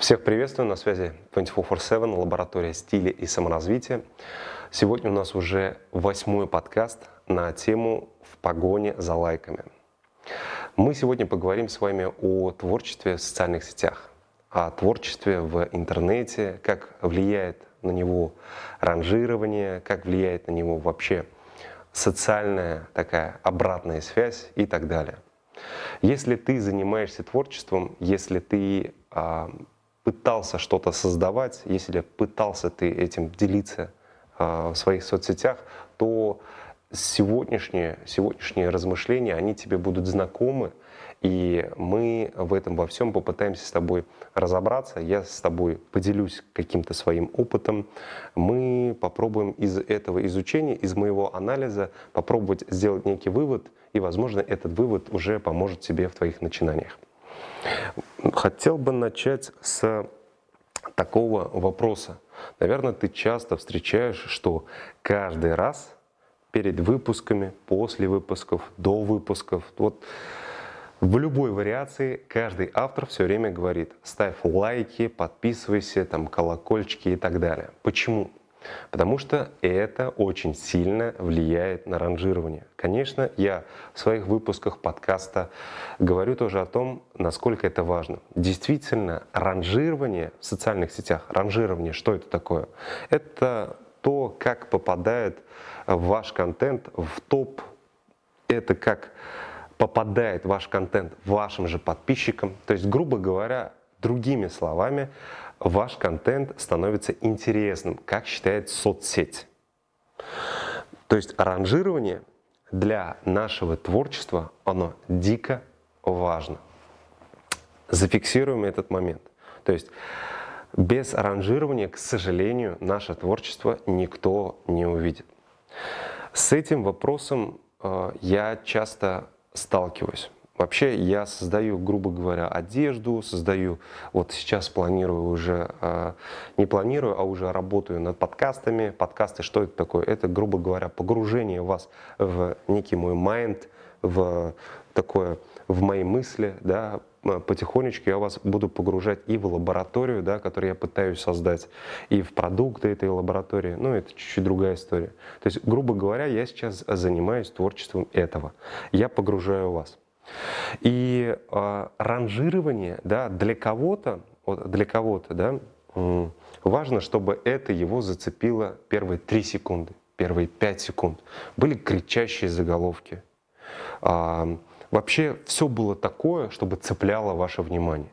Всех приветствую, на связи 24/7, лаборатория стиля и саморазвития. Сегодня у нас уже 8-й подкаст на тему «В погоне за лайками». Мы сегодня поговорим с вами о творчестве в социальных сетях, о творчестве в интернете, как влияет на него ранжирование, как влияет на него вообще социальная такая обратная связь и так далее. Если ты занимаешься творчеством, если ты пытался что-то создавать, если пытался ты этим делиться в своих соцсетях, то сегодняшние размышления, они тебе будут знакомы, и мы в этом во всем попытаемся с тобой разобраться. Я с тобой поделюсь каким-то своим опытом. Мы попробуем из этого изучения, из моего анализа попробовать сделать некий вывод, и, возможно, этот вывод уже поможет тебе в твоих начинаниях. Хотел бы начать с такого вопроса. Наверное, ты часто встречаешь, что каждый раз перед выпусками, после выпусков, до выпусков, вот в любой вариации каждый автор все время говорит: ставь лайки, подписывайся, там, колокольчики и так далее. Почему? Потому что это очень сильно влияет на ранжирование. Конечно, я в своих выпусках подкаста говорю тоже о том, насколько это важно. Действительно, ранжирование в социальных сетях, ранжирование, что это такое? Это то, как попадает ваш контент в топ, это как попадает ваш контент вашим же подписчикам. То есть, грубо говоря, другими словами, ваш контент становится интересным, как считает соцсеть. То есть ранжирование для нашего творчества, оно дико важно. Зафиксируем этот момент. То есть без ранжирования, к сожалению, наше творчество никто не увидит. С этим вопросом я часто сталкиваюсь. Вообще я создаю, грубо говоря, одежду, вот сейчас планирую уже, не планирую, а уже работаю над подкастами. Подкасты, что это такое? Это, грубо говоря, погружение вас в некий мой майнд, в мои мысли, да. Потихонечку я вас буду погружать и в лабораторию, да, которую я пытаюсь создать, и в продукты этой лаборатории. Ну, это чуть-чуть другая история. То есть, грубо говоря, я сейчас занимаюсь творчеством этого. Я погружаю вас. И ранжирование, да, для кого-то, да, важно, чтобы это его зацепило первые 3 секунды, первые 5 секунд. Были кричащие заголовки. Вообще все было такое, чтобы цепляло ваше внимание.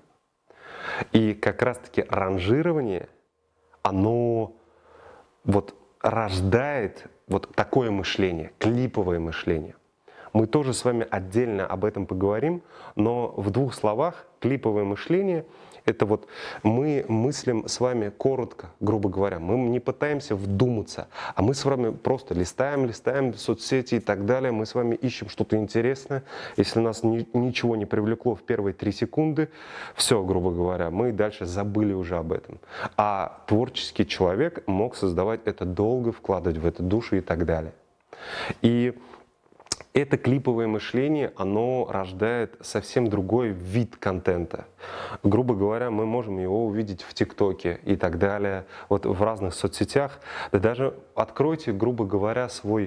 И как раз-таки ранжирование, оно вот рождает вот такое мышление, клиповое мышление. Мы тоже с вами отдельно об этом поговорим, но в 2 словах клиповое мышление — это вот мы мыслим с вами коротко, грубо говоря. Мы не пытаемся вдуматься, а мы с вами просто листаем соцсети и так далее. Мы с вами ищем что-то интересное. Если нас ничего не привлекло в первые 3 секунды, все, грубо говоря, мы дальше забыли уже об этом. А творческий человек мог создавать это долго, вкладывать в это душу и так далее. И это клиповое мышление, оно рождает совсем другой вид контента. Грубо говоря, мы можем его увидеть в ТикТоке и так далее, вот в разных соцсетях. Да даже откройте, грубо говоря, свои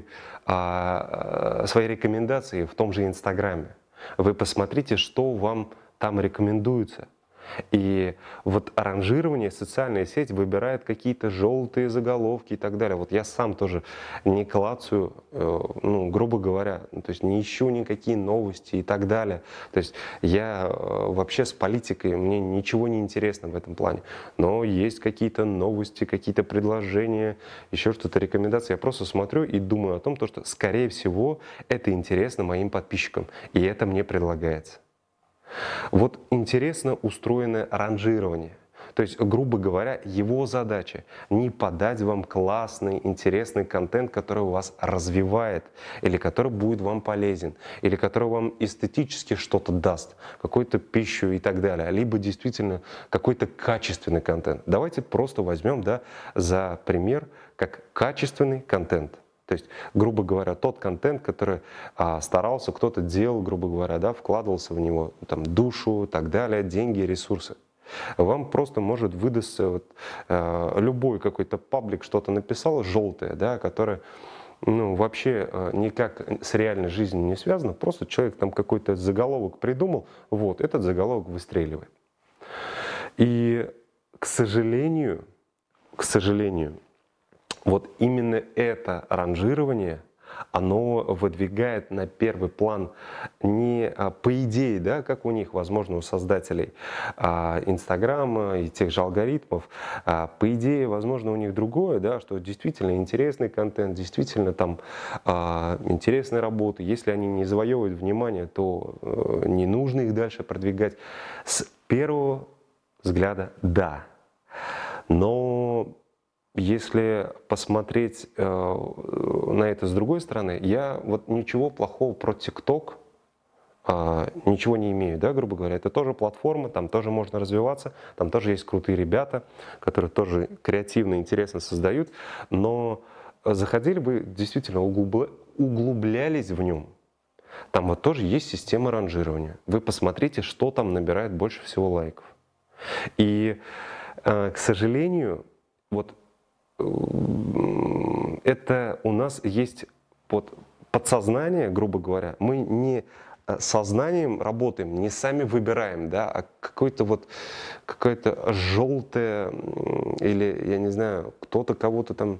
рекомендации в том же Инстаграме. Вы посмотрите, что вам там рекомендуется. И вот ранжирование, социальная сеть выбирает какие-то желтые заголовки и так далее. Вот я сам тоже не клацаю, грубо говоря, то есть не ищу никакие новости и так далее. То есть я вообще с политикой, мне ничего не интересно в этом плане. Но есть какие-то новости, какие-то предложения, еще что-то, рекомендации. Я просто смотрю и думаю о том, что, скорее всего, это интересно моим подписчикам. И это мне предлагается. Вот интересно устроено ранжирование. То есть, грубо говоря, его задача не подать вам классный, интересный контент, который вас развивает, или который будет вам полезен, или который вам эстетически что-то даст, какую-то пищу и так далее, либо действительно какой-то качественный контент. Давайте просто возьмем, да, за пример, как качественный контент. То есть, грубо говоря, тот контент, который старался, кто-то делал, грубо говоря, да, вкладывался в него там, душу и так далее, деньги, ресурсы. Вам просто может выдастся вот, любой какой-то паблик что-то написал желтое, да, которое вообще никак с реальной жизнью не связано, просто человек там какой-то заголовок придумал, вот, этот заголовок выстреливает. И, к сожалению, вот именно это ранжирование, оно выдвигает на первый план не по идее, да, как у них, возможно, у создателей Инстаграма и тех же алгоритмов, по идее, возможно, у них другое, да, что действительно интересный контент, действительно там интересные работы, если они не завоевывают внимание, то не нужно их дальше продвигать. С первого взгляда, да. Но если посмотреть на это с другой стороны, я вот ничего плохого про ТикТок ничего не имею, да, грубо говоря. Это тоже платформа, там тоже можно развиваться, там тоже есть крутые ребята, которые тоже креативно, интересно создают, но заходили бы, действительно углублялись в нем. Там вот тоже есть система ранжирования. Вы посмотрите, что там набирает больше всего лайков. И, к сожалению, вот это у нас есть вот подсознание, грубо говоря. Мы не сознанием работаем, не сами выбираем, да, а какое-то желтое или, я не знаю, кто-то кого-то там,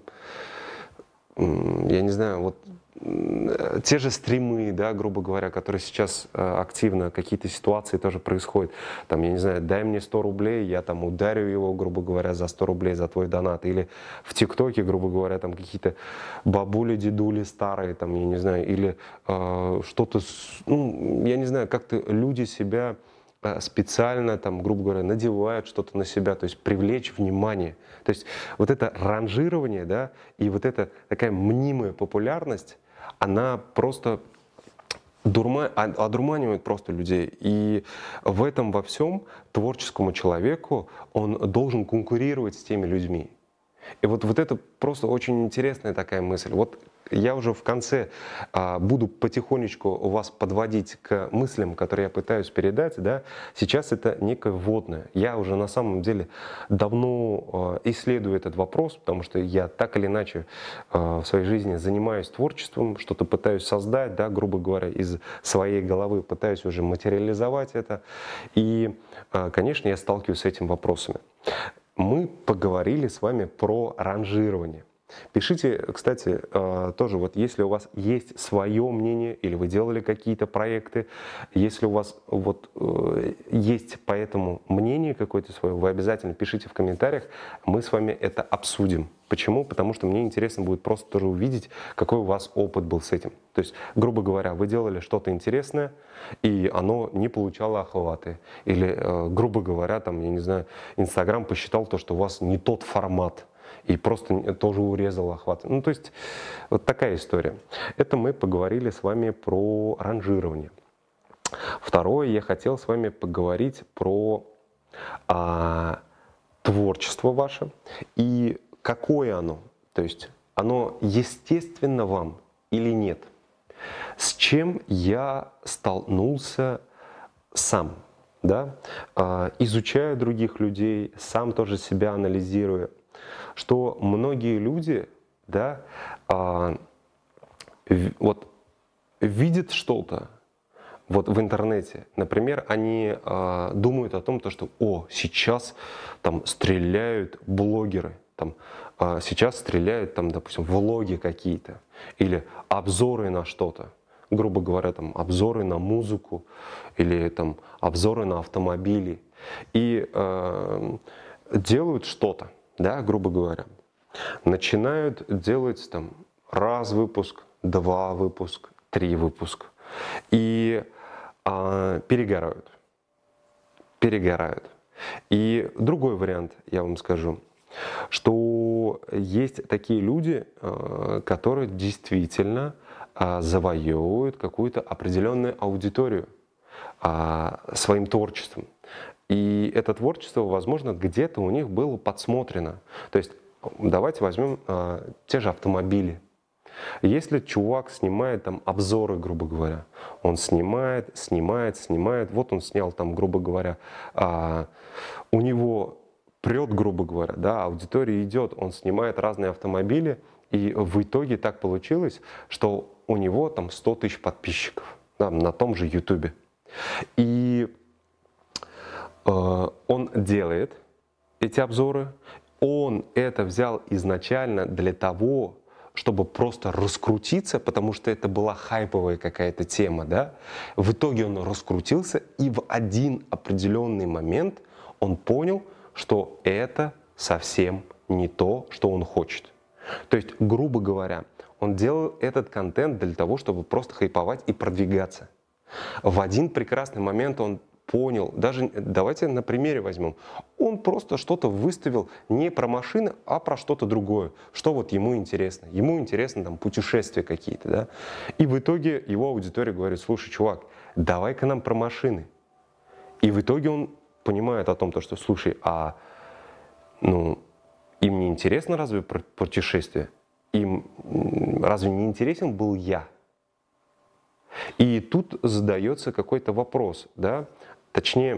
я не знаю, вот те же стримы, да, грубо говоря, которые сейчас активно, какие-то ситуации тоже происходят. Там, я не знаю, дай мне 100 рублей, я там ударю его, грубо говоря, за 100 рублей за твой донат. Или в ТикТоке, грубо говоря, там какие-то бабули, дедули старые, там, я не знаю, или что-то, я не знаю, как-то люди себя специально, там, грубо говоря, надевают что-то на себя, то есть привлечь внимание. То есть вот это ранжирование, да, и вот эта такая мнимая популярность, она просто одурманивает просто людей. И в этом во всем творческому человеку он должен конкурировать с теми людьми. И вот это просто очень интересная такая мысль. Вот я уже в конце буду потихонечку вас подводить к мыслям, которые я пытаюсь передать. Да? Сейчас это некое вводное. Я уже на самом деле давно исследую этот вопрос, потому что я так или иначе в своей жизни занимаюсь творчеством, что-то пытаюсь создать, да, грубо говоря, из своей головы пытаюсь уже материализовать это. И, конечно, я сталкиваюсь с этими вопросами. Мы поговорили с вами про ранжирование. Пишите, кстати, тоже вот если у вас есть свое мнение или вы делали какие-то проекты, если у вас вот есть по этому мнение какое-то свое, вы обязательно пишите в комментариях, мы с вами это обсудим. Почему? Потому что мне интересно будет просто тоже увидеть, какой у вас опыт был с этим. То есть, грубо говоря, вы делали что-то интересное, и оно не получало охваты. Или, грубо говоря, там, я не знаю, Инстаграм посчитал то, что у вас не тот формат, и просто тоже урезал охват. Ну, то есть, вот такая история. Это мы поговорили с вами про ранжирование. Второе, я хотел с вами поговорить про творчество ваше и какое оно. То есть, оно естественно вам или нет. С чем я столкнулся сам, да? Изучая других людей, сам тоже себя анализируя, что многие люди, да, вот видят что-то вот в интернете. Например, они думают о том, что сейчас там стреляют блогеры, там, сейчас стреляют, там, допустим, влоги какие-то или обзоры на что-то. Грубо говоря, там, обзоры на музыку или там, обзоры на автомобили. И делают что-то. Да, грубо говоря, начинают делать там раз выпуск, 2 выпуск, 3 выпуск и перегорают. И другой вариант, я вам скажу, что есть такие люди, которые действительно завоевывают какую-то определенную аудиторию своим творчеством. И это творчество, возможно, где-то у них было подсмотрено. То есть давайте возьмем те же автомобили. Если чувак снимает там обзоры, грубо говоря, он снимает, вот он снял там, грубо говоря, у него прет, грубо говоря, да, аудитория идет, он снимает разные автомобили, и в итоге так получилось, что у него там 100 тысяч подписчиков, да, на том же YouTube. И он делает эти обзоры, он это взял изначально для того, чтобы просто раскрутиться, потому что это была хайповая какая-то тема, да. В итоге он раскрутился, и в один определенный момент он понял, что это совсем не то, что он хочет. То есть, грубо говоря, он делал этот контент для того, чтобы просто хайповать и продвигаться. В один прекрасный момент он понял, даже давайте на примере возьмем, он просто что-то выставил не про машины, а про что-то другое, что вот ему интересно. Ему интересно там путешествия какие-то, да. И в итоге его аудитория говорит: слушай, чувак, давай-ка нам про машины. И в итоге он понимает о том, что, слушай, им не интересно разве про путешествия? Им разве не интересен был я? И тут задается какой-то вопрос, да, точнее,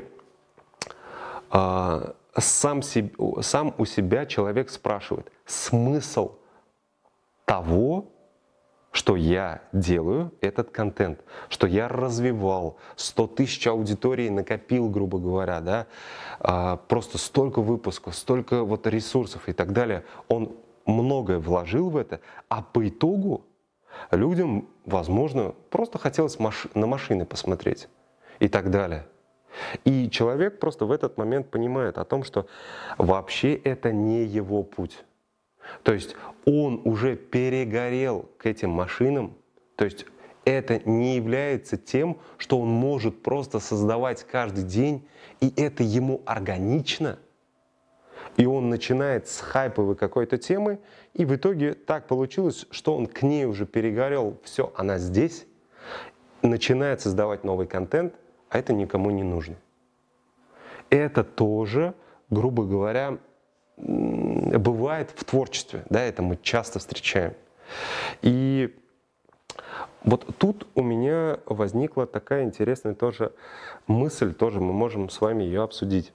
сам у себя человек спрашивает: смысл того, что я делаю этот контент, что я развивал, 100 тысяч аудиторий накопил, грубо говоря, да, просто столько выпусков, столько вот ресурсов и так далее, он многое вложил в это, а по итогу людям, возможно, просто хотелось на машины посмотреть и так далее. И человек просто в этот момент понимает о том, что вообще это не его путь. То есть он уже перегорел к этим машинам, то есть это не является тем, что он может просто создавать каждый день, и это ему органично. И он начинает с хайповой какой-то темы, и в итоге так получилось, что он к ней уже перегорел, все, она здесь, начинает создавать новый контент, а это никому не нужно. Это тоже, грубо говоря, бывает в творчестве, да, это мы часто встречаем. И вот тут у меня возникла такая интересная тоже мысль, тоже мы можем с вами ее обсудить.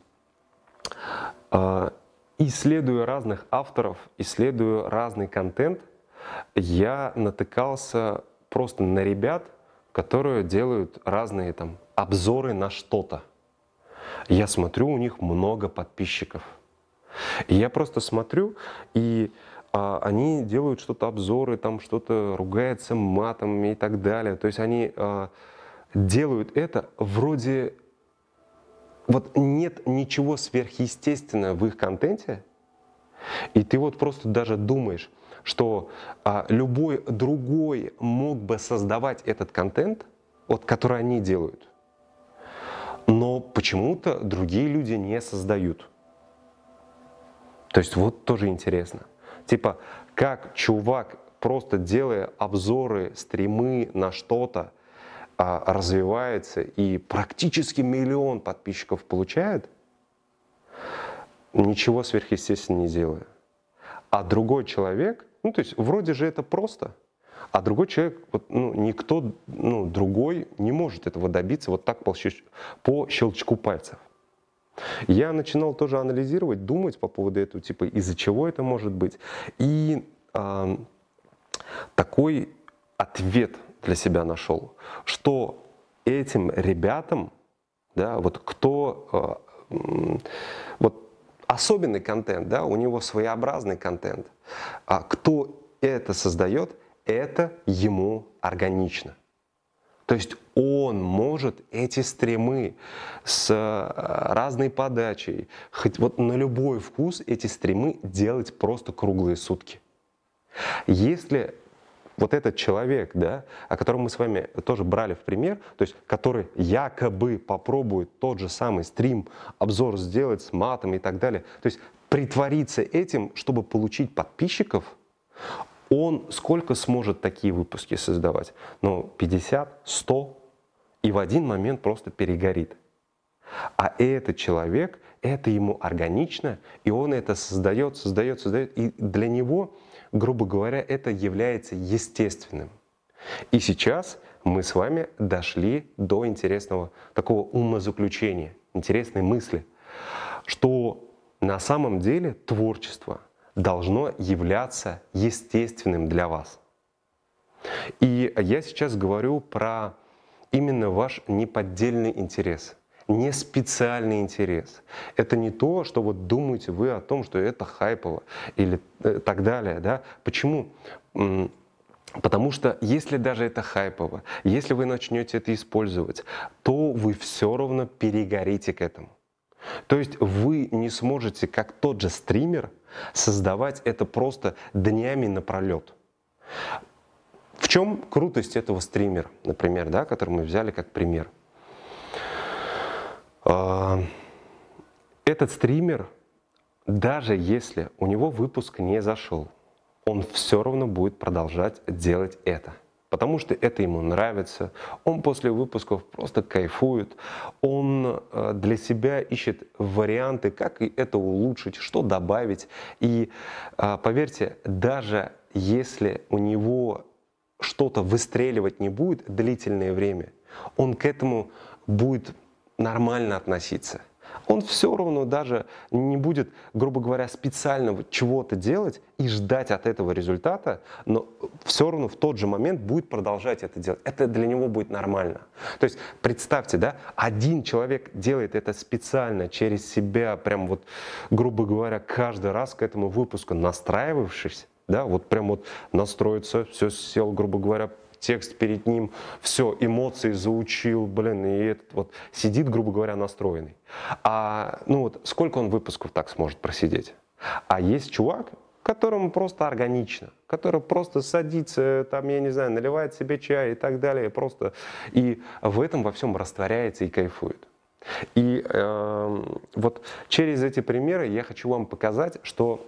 Исследуя разных авторов, исследуя разный контент, я натыкался просто на ребят, которые делают разные там обзоры на что-то. Я смотрю, у них много подписчиков. И я просто смотрю, и они делают что-то обзоры, там что-то ругаются матом и так далее. То есть они делают это вроде... Вот нет ничего сверхъестественного в их контенте, и ты вот просто даже думаешь, что любой другой мог бы создавать этот контент, вот, который они делают, но почему-то другие люди не создают. То есть вот тоже интересно. Типа, как чувак, просто делая обзоры, стримы на что-то, развивается и практически 1 миллион подписчиков получает, ничего сверхъестественного не делая. А другой человек, то есть вроде же это просто, а другой человек, никто другой не может этого добиться вот так по щелчку пальцев. Я начинал тоже анализировать, думать по поводу этого, типа, из-за чего это может быть. И такой ответ для себя нашел, что этим ребятам, да, вот кто, вот особенный контент, да, у него своеобразный контент, а кто это создает, это ему органично. То есть он может эти стримы с разной подачей, хоть вот на любой вкус эти стримы делать просто круглые сутки. Если вот этот человек, да, о котором мы с вами тоже брали в пример, то есть который якобы попробует тот же самый стрим, обзор сделать с матом и так далее, то есть притвориться этим, чтобы получить подписчиков, он сколько сможет такие выпуски создавать? 50, 100, и в один момент просто перегорит. А этот человек, это ему органично, и он это создает, и для него, грубо говоря, это является естественным. И сейчас мы с вами дошли до интересного такого умозаключения, интересной мысли, что на самом деле творчество должно являться естественным для вас. И я сейчас говорю про именно ваш неподдельный интерес, не специальный интерес. Это не то, что вот думаете вы о том, что это хайпово или так далее. Да? Почему? Потому что если даже это хайпово, если вы начнете это использовать, то вы все равно перегорите к этому. То есть вы не сможете, как тот же стример, создавать это просто днями напролет. В чем крутость этого стримера, например, да, который мы взяли как пример? Этот стример, даже если у него выпуск не зашел, он все равно будет продолжать делать это. Потому что это ему нравится, он после выпусков просто кайфует, он для себя ищет варианты, как это улучшить, что добавить. И поверьте, даже если у него что-то выстреливать не будет длительное время, он к этому будет нормально относиться. Он все равно даже не будет, грубо говоря, специально чего-то делать и ждать от этого результата, но все равно в тот же момент будет продолжать это делать. Это для него будет нормально. То есть представьте, да, один человек делает это специально через себя, прям вот, грубо говоря, каждый раз к этому выпуску настраивавшись, да, вот прям вот настроиться, все сел, грубо говоря, текст перед ним, все, эмоции заучил, блин, и этот вот сидит, грубо говоря, настроенный. Ну вот, сколько он выпусков так сможет просидеть? А есть чувак, которому просто органично, который просто садится, там, я не знаю, наливает себе чай и так далее, просто, и в этом во всем растворяется и кайфует. И вот через эти примеры я хочу вам показать, что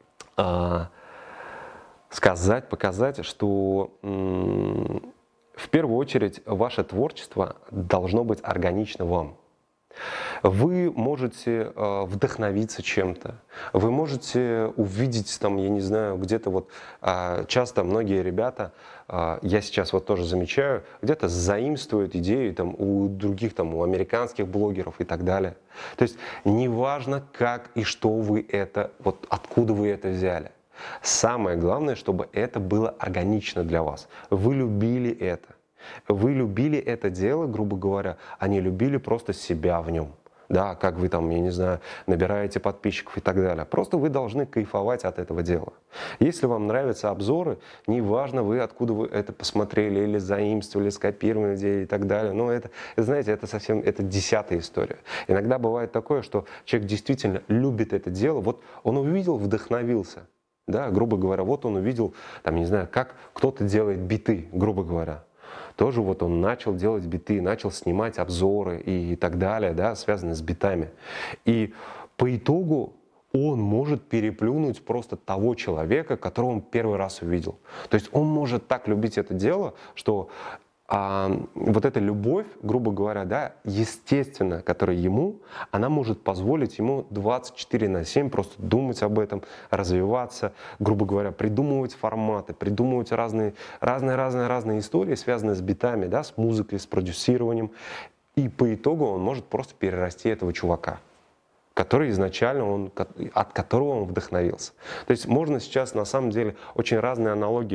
показать, что в первую очередь ваше творчество должно быть органично вам. Вы можете вдохновиться чем-то, вы можете увидеть там, я не знаю, где-то вот часто многие ребята, я сейчас вот тоже замечаю, где-то заимствуют идеи там у других, там у американских блогеров и так далее. То есть неважно как и что вы это, вот откуда вы это взяли. Самое главное, чтобы это было органично для вас. Вы любили это. Вы любили это дело, грубо говоря, а не любили просто себя в нем. Да, как вы там, я не знаю, набираете подписчиков и так далее. Просто вы должны кайфовать от этого дела. Если вам нравятся обзоры, неважно вы, откуда вы это посмотрели, или заимствовали, скопировали и так далее. Но это, знаете, это совсем, это 10-я история. Иногда бывает такое, что человек действительно любит это дело. Вот он увидел, вдохновился. Да, грубо говоря, вот он увидел, там, не знаю, как кто-то делает биты, грубо говоря. Тоже вот он начал делать биты, начал снимать обзоры и так далее, да, связанные с битами. И по итогу он может переплюнуть просто того человека, которого он первый раз увидел. То есть он может так любить это дело, что вот эта любовь, грубо говоря, да, естественно, которая ему, она может позволить ему 24/7 просто думать об этом, развиваться, грубо говоря, придумывать форматы, придумывать разные истории, связанные с битами, да, с музыкой, с продюсированием. И по итогу он может просто перерасти этого чувака, который изначально от которого он вдохновился. То есть можно сейчас на самом деле очень разные аналогии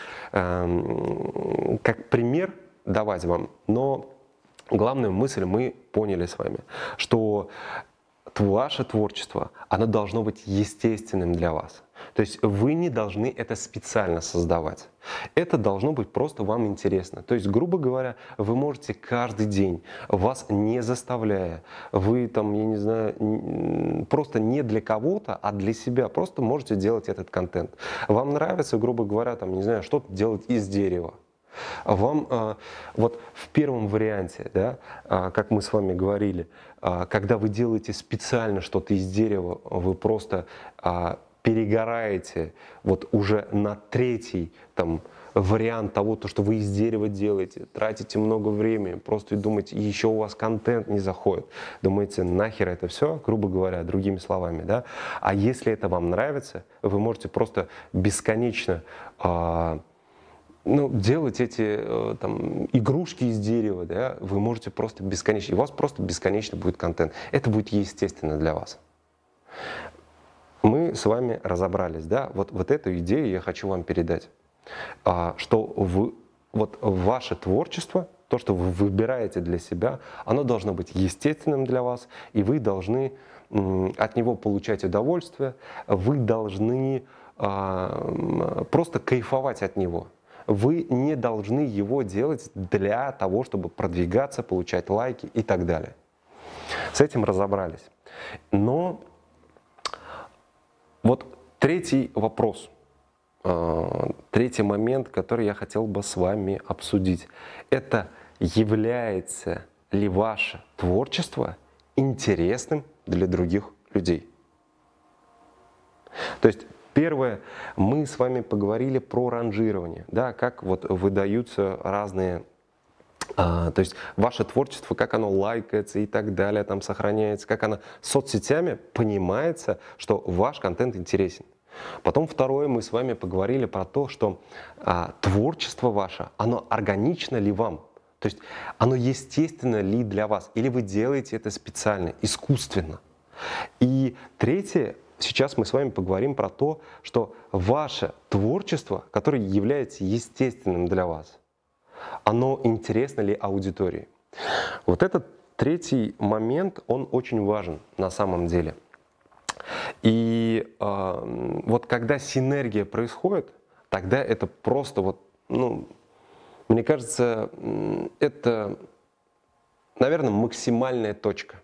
как пример давать вам, но главную мысль мы поняли с вами, что ваше творчество, оно должно быть естественным для вас. То есть вы не должны это специально создавать. Это должно быть просто вам интересно. То есть, грубо говоря, вы можете каждый день, вас не заставляя, вы там, я не знаю, просто не для кого-то, а для себя, просто можете делать этот контент. Вам нравится, грубо говоря, там, не знаю, что-то делать из дерева. Вам вот в первом варианте, да, как мы с вами говорили, когда вы делаете специально что-то из дерева, вы просто перегораете вот уже на третий там вариант того, то, что вы из дерева делаете, тратите много времени, просто думаете, еще у вас контент не заходит, думаете, нахер это все, грубо говоря, другими словами, да. А если это вам нравится, вы можете просто бесконечно делать эти там, игрушки из дерева, да, вы можете просто бесконечно, и у вас просто бесконечно будет контент. Это будет естественно для вас. Мы с вами разобрались, да, вот эту идею я хочу вам передать, что вот ваше творчество, то, что вы выбираете для себя, оно должно быть естественным для вас, и вы должны от него получать удовольствие, вы должны просто кайфовать от него. Вы не должны его делать для того, чтобы продвигаться, получать лайки и так далее. С этим разобрались. Но вот третий вопрос, третий момент, который я хотел бы с вами обсудить, это является ли ваше творчество интересным для других людей? То есть первое, мы с вами поговорили про ранжирование, да, как вот выдаются разные, то есть ваше творчество, как оно лайкается и так далее, там сохраняется, как оно соцсетями понимается, что ваш контент интересен. Потом второе, мы с вами поговорили про то, что творчество ваше, оно органично ли вам? То есть оно естественно ли для вас? Или вы делаете это специально, искусственно? И третье, сейчас мы с вами поговорим про то, что ваше творчество, которое является естественным для вас, оно интересно ли аудитории? Вот этот третий момент, он очень важен на самом деле. И вот когда синергия происходит, тогда это просто вот, ну, мне кажется, это, наверное, максимальная точка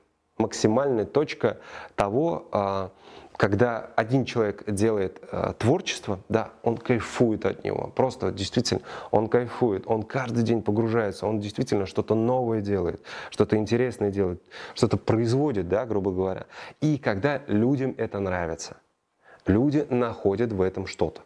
того, когда один человек делает творчество, да, он кайфует от него, просто действительно, он кайфует, он каждый день погружается, он действительно что-то новое делает, что-то интересное делает, что-то производит, да, грубо говоря. И когда людям это нравится, люди находят в этом что-то.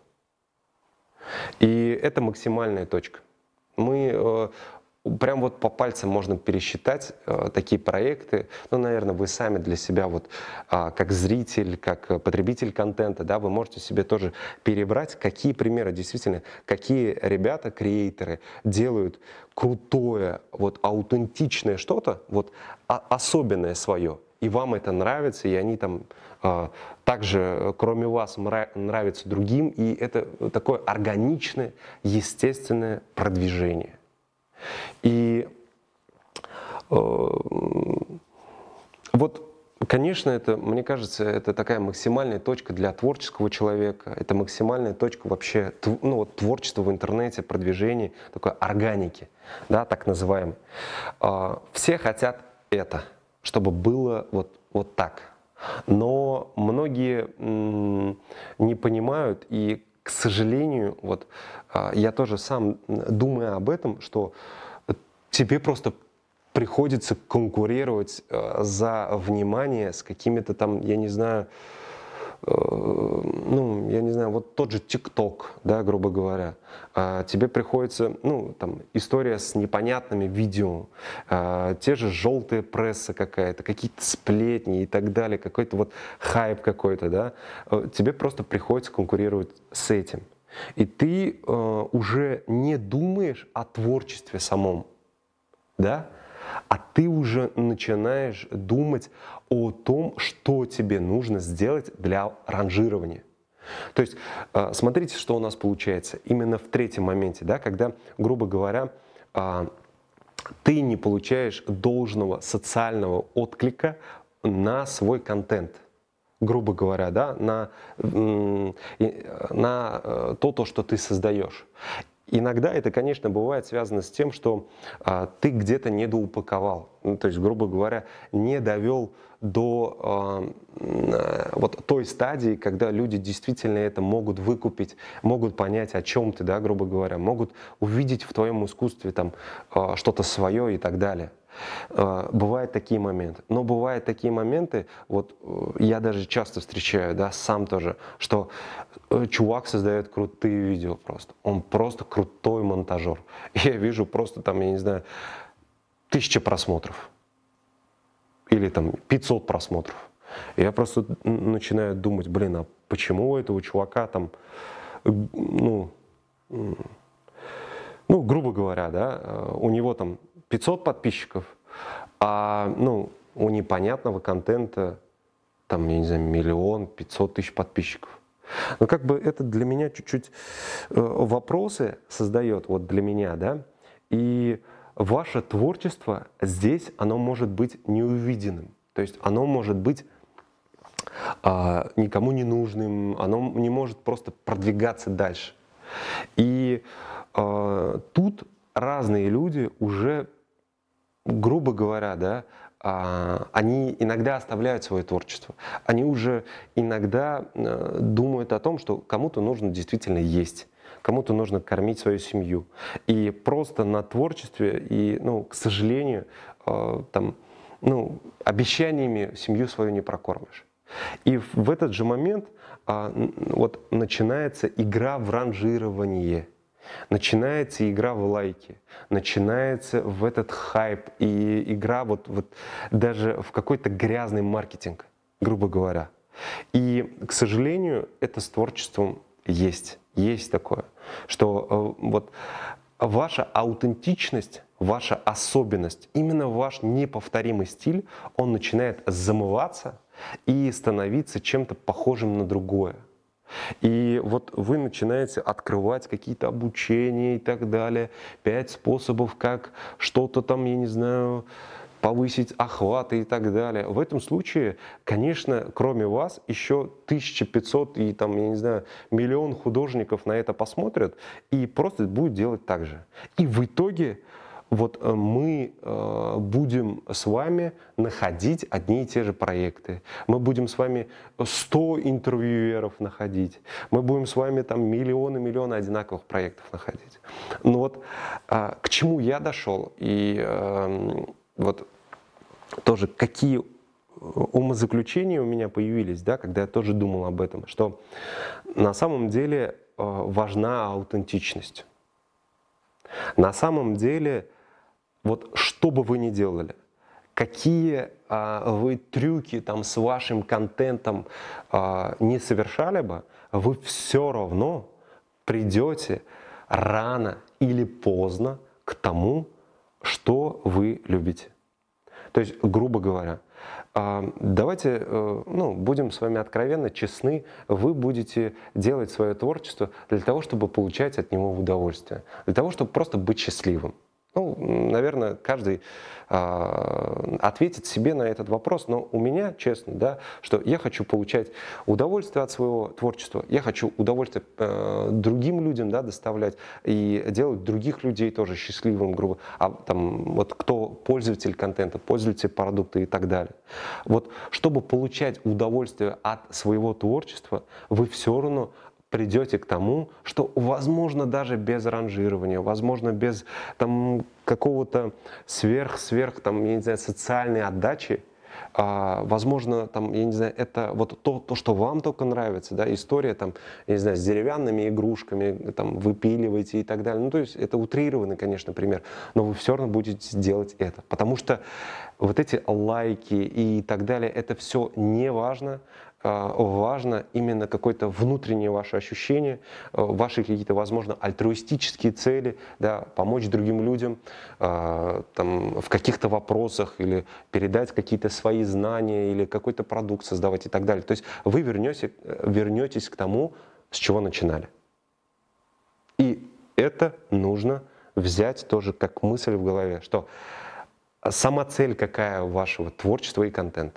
И это максимальная точка. Мы прям вот по пальцам можно пересчитать такие проекты. Ну, наверное, вы сами для себя, вот, как зритель, как потребитель контента, да, вы можете себе тоже перебрать, какие примеры, действительно, какие ребята, креаторы делают крутое, вот, аутентичное что-то, вот, особенное свое. И вам это нравится, и они там также, кроме вас, нравятся другим. И это такое органичное, естественное продвижение. И вот, конечно, это, мне кажется, это такая максимальная точка для творческого человека, это максимальная точка вообще, ну, вот, творчества в интернете, продвижения, такой органики, да, так называемой. Все хотят это, чтобы было вот так. Но многие не понимают, и, к сожалению, вот я тоже сам думаю об этом, что тебе просто приходится конкурировать за внимание с какими-то там, я не знаю, ну, я не знаю, вот тот же ТикТок, да, грубо говоря, тебе приходится, ну, там, история с непонятными видео, те же желтая пресса какая-то, какие-то сплетни и так далее, какой-то вот хайп какой-то, да, тебе просто приходится конкурировать с этим. И ты уже не думаешь о творчестве самом, да, а ты уже начинаешь думать о том, что тебе нужно сделать для ранжирования. То есть смотрите, что у нас получается именно в третьем моменте, да, когда, грубо говоря, ты не получаешь должного социального отклика на свой контент. Грубо говоря, да, на то, что ты создаешь. Иногда это, конечно, бывает связано с тем, что ты где-то недоупаковал, ну, то есть, грубо говоря, не довел до вот той стадии, когда люди действительно это могут выкупить, могут понять, о чем ты, да, грубо говоря, могут увидеть в твоем искусстве там что-то свое и так далее. Бывают такие моменты. Но бывают такие моменты, вот я даже часто встречаю, да, сам тоже, что чувак создает крутые видео просто. Он просто крутой монтажер. Я вижу просто там, я не знаю, 1000 просмотров. Или там 500 просмотров. И я просто начинаю думать, блин, а почему у этого чувака там, ну, грубо говоря, да, у него там 500 подписчиков, а, ну, у непонятного контента там, я не знаю, 1 500 000 подписчиков. Но как бы это для меня чуть-чуть вопросы создает, вот для меня, да, и ваше творчество здесь, оно может быть неувиденным, то есть оно может быть никому не нужным, оно не может просто продвигаться дальше. И тут разные люди уже, грубо говоря, да, они иногда оставляют свое творчество. Они уже иногда думают о том, что кому-то нужно действительно есть, кому-то нужно кормить свою семью. И просто на творчестве, и, ну, к сожалению, там, ну, обещаниями семью свою не прокормишь. И в этот же момент вот начинается игра в ранжирование. Начинается игра в лайки, начинается в этот хайп и игра вот даже в какой-то грязный маркетинг, грубо говоря. И, к сожалению, это с творчеством есть такое, что вот ваша аутентичность, ваша особенность, именно ваш неповторимый стиль, он начинает замываться и становиться чем-то похожим на другое. И вот вы начинаете открывать какие-то обучения и так далее, 5 способов, как что-то там, я не знаю, повысить охваты и так далее. В этом случае, конечно, кроме вас, еще 1500 и там, я не знаю, 1 000 000 художников на это посмотрят и просто будут делать так же. И в итоге вот мы будем с вами находить одни и те же проекты. Мы будем с вами 100 интервьюеров находить. Мы будем с вами там миллионы одинаковых проектов находить. Но вот к чему я дошел и вот тоже какие умозаключения у меня появились, да, когда я тоже думал об этом, что на самом деле важна аутентичность. На самом деле, вот что бы вы ни делали, какие вы трюки там с вашим контентом не совершали бы, вы все равно придете рано или поздно к тому, что вы любите. То есть, грубо говоря, давайте будем с вами откровенно честны, вы будете делать свое творчество для того, чтобы получать от него удовольствие, для того, чтобы просто быть счастливым. Ну, наверное, каждый ответит себе на этот вопрос, но у меня, честно, да, что я хочу получать удовольствие от своего творчества, я хочу удовольствие другим людям, да, доставлять и делать других людей тоже счастливым, грубо, там, вот кто пользователь контента, пользователь продукта и так далее. Вот, чтобы получать удовольствие от своего творчества, вы все равно придете к тому, что, возможно, даже без ранжирования, возможно, без там какого-то сверх там, я не знаю, социальной отдачи, возможно, там, я не знаю, это вот то, что вам только нравится, да, история там, я не знаю, с деревянными игрушками, там, выпиливаете и так далее. Ну, то есть это утрированный, конечно, пример, но вы все равно будете делать это, потому что вот эти лайки и так далее, это все не важно. Важно именно какое-то внутреннее ваше ощущение, ваши какие-то, возможно, альтруистические цели, да, помочь другим людям там, в каких-то вопросах или передать какие-то свои знания или какой-то продукт создавать и так далее. То есть вы вернетесь к тому, с чего начинали. И это нужно взять тоже как мысль в голове, что сама цель какая вашего творчества и контента.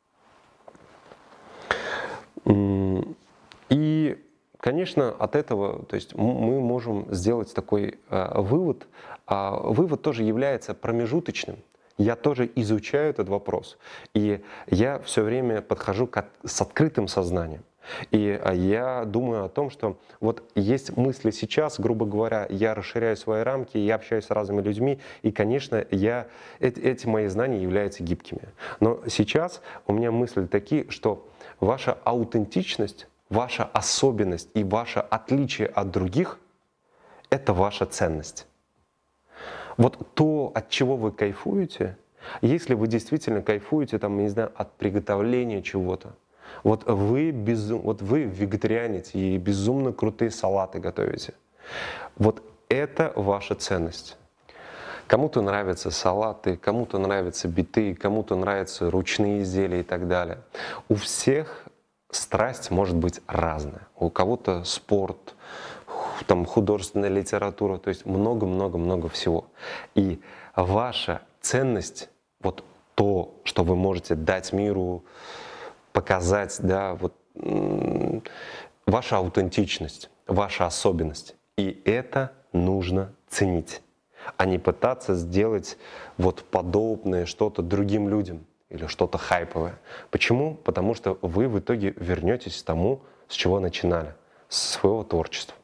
И, конечно, от этого, то есть мы можем сделать такой вывод. Вывод тоже является промежуточным. Я тоже изучаю этот вопрос. И я все время подхожу с открытым сознанием. И я думаю о том, что вот есть мысли сейчас, грубо говоря, я расширяю свои рамки, я общаюсь с разными людьми, и, конечно, эти мои знания являются гибкими. Но сейчас у меня мысли такие, что ваша аутентичность, ваша особенность и ваше отличие от других – это ваша ценность. Вот то, от чего вы кайфуете, если вы действительно кайфуете, там, не знаю, от приготовления чего-то, вот вы вегетарианец и безумно крутые салаты готовите, вот это ваша ценность. Кому-то нравятся салаты, кому-то нравятся биты, кому-то нравятся ручные изделия и так далее. У всех страсть может быть разная. У кого-то спорт, там художественная литература, то есть много-много-много всего. И ваша ценность, вот то, что вы можете дать миру, показать, да, вот ваша аутентичность, ваша особенность. И это нужно ценить, а не пытаться сделать вот подобное что-то другим людям или что-то хайповое. Почему? Потому что вы в итоге вернетесь к тому, с чего начинали, с своего творчества.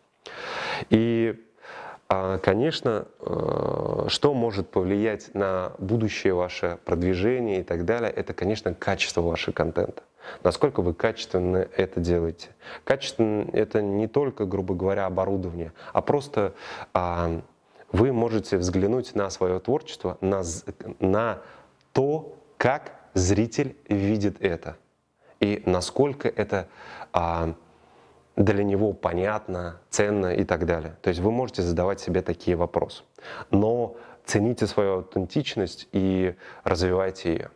И, конечно, что может повлиять на будущее ваше продвижение и так далее, это, конечно, качество вашего контента. Насколько вы качественно это делаете. Качественно это не только, грубо говоря, оборудование, а просто вы можете взглянуть на свое творчество, на то, как зритель видит это. И насколько это для него понятно, ценно и так далее. То есть вы можете задавать себе такие вопросы. Но цените свою аутентичность и развивайте ее.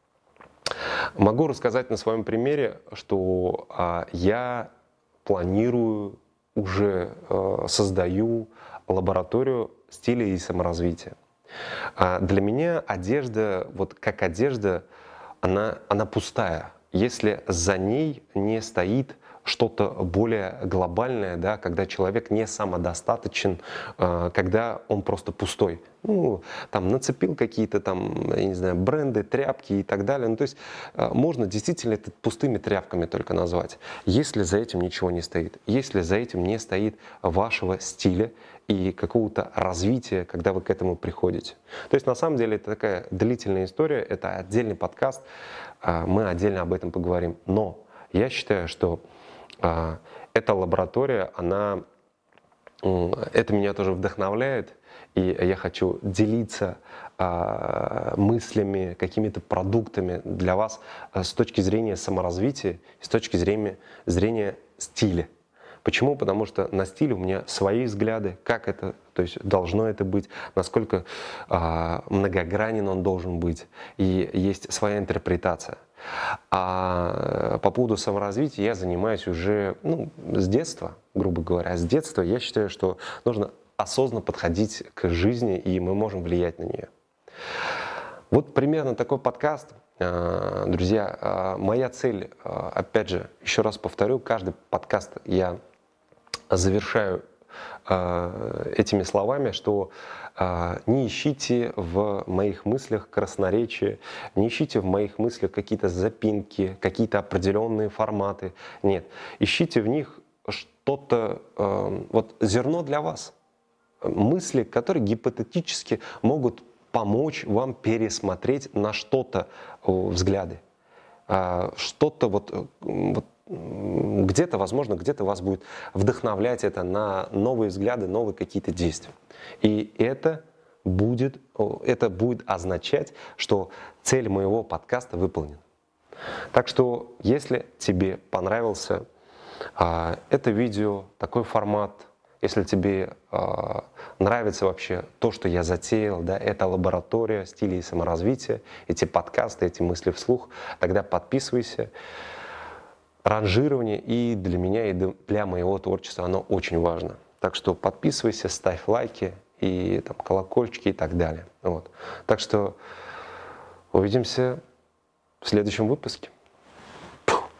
Могу рассказать на своем примере, что я планирую, уже создаю лабораторию стиля и саморазвития. Для меня одежда, вот как одежда, она пустая, если за ней не стоит что-то более глобальное, да, когда человек не самодостаточен, когда он просто пустой. Ну, там нацепил какие-то там, я не знаю, бренды, тряпки и так далее. Ну, то есть можно действительно это пустыми тряпками только назвать, если за этим ничего не стоит, если за этим не стоит вашего стиля и какого-то развития, когда вы к этому приходите. То есть на самом деле это такая длительная история, это отдельный подкаст, мы отдельно об этом поговорим. Но я считаю, что эта лаборатория, это меня тоже вдохновляет, и я хочу делиться мыслями, какими-то продуктами для вас с точки зрения саморазвития, с точки зрения стиля. Почему? Потому что на стиле у меня свои взгляды, как это, то есть должно это быть, насколько многогранен он должен быть, и есть своя интерпретация. А по поводу саморазвития я занимаюсь уже с детства, грубо говоря. С детства я считаю, что нужно осознанно подходить к жизни, и мы можем влиять на нее. Вот примерно такой подкаст. Друзья, моя цель, опять же, еще раз повторю, каждый подкаст я завершаю этими словами, что не ищите в моих мыслях красноречие, не ищите в моих мыслях какие-то запинки, какие-то определенные форматы. Нет, ищите в них что-то, вот зерно для вас. Мысли, которые гипотетически могут помочь вам пересмотреть на что-то взгляды. Что-то вот где-то, возможно, где-то вас будет вдохновлять это на новые взгляды, новые какие-то действия. И это будет означать, что цель моего подкаста выполнена. Так что, если тебе понравился это видео, такой формат, если тебе нравится вообще то, что я затеял, да, это лаборатория стиля и саморазвития, эти подкасты, эти мысли вслух, тогда подписывайся. Ранжирование и для меня, и для моего творчества оно очень важно. Так что подписывайся, ставь лайки и там, колокольчики и так далее. Вот. Так что увидимся в следующем выпуске.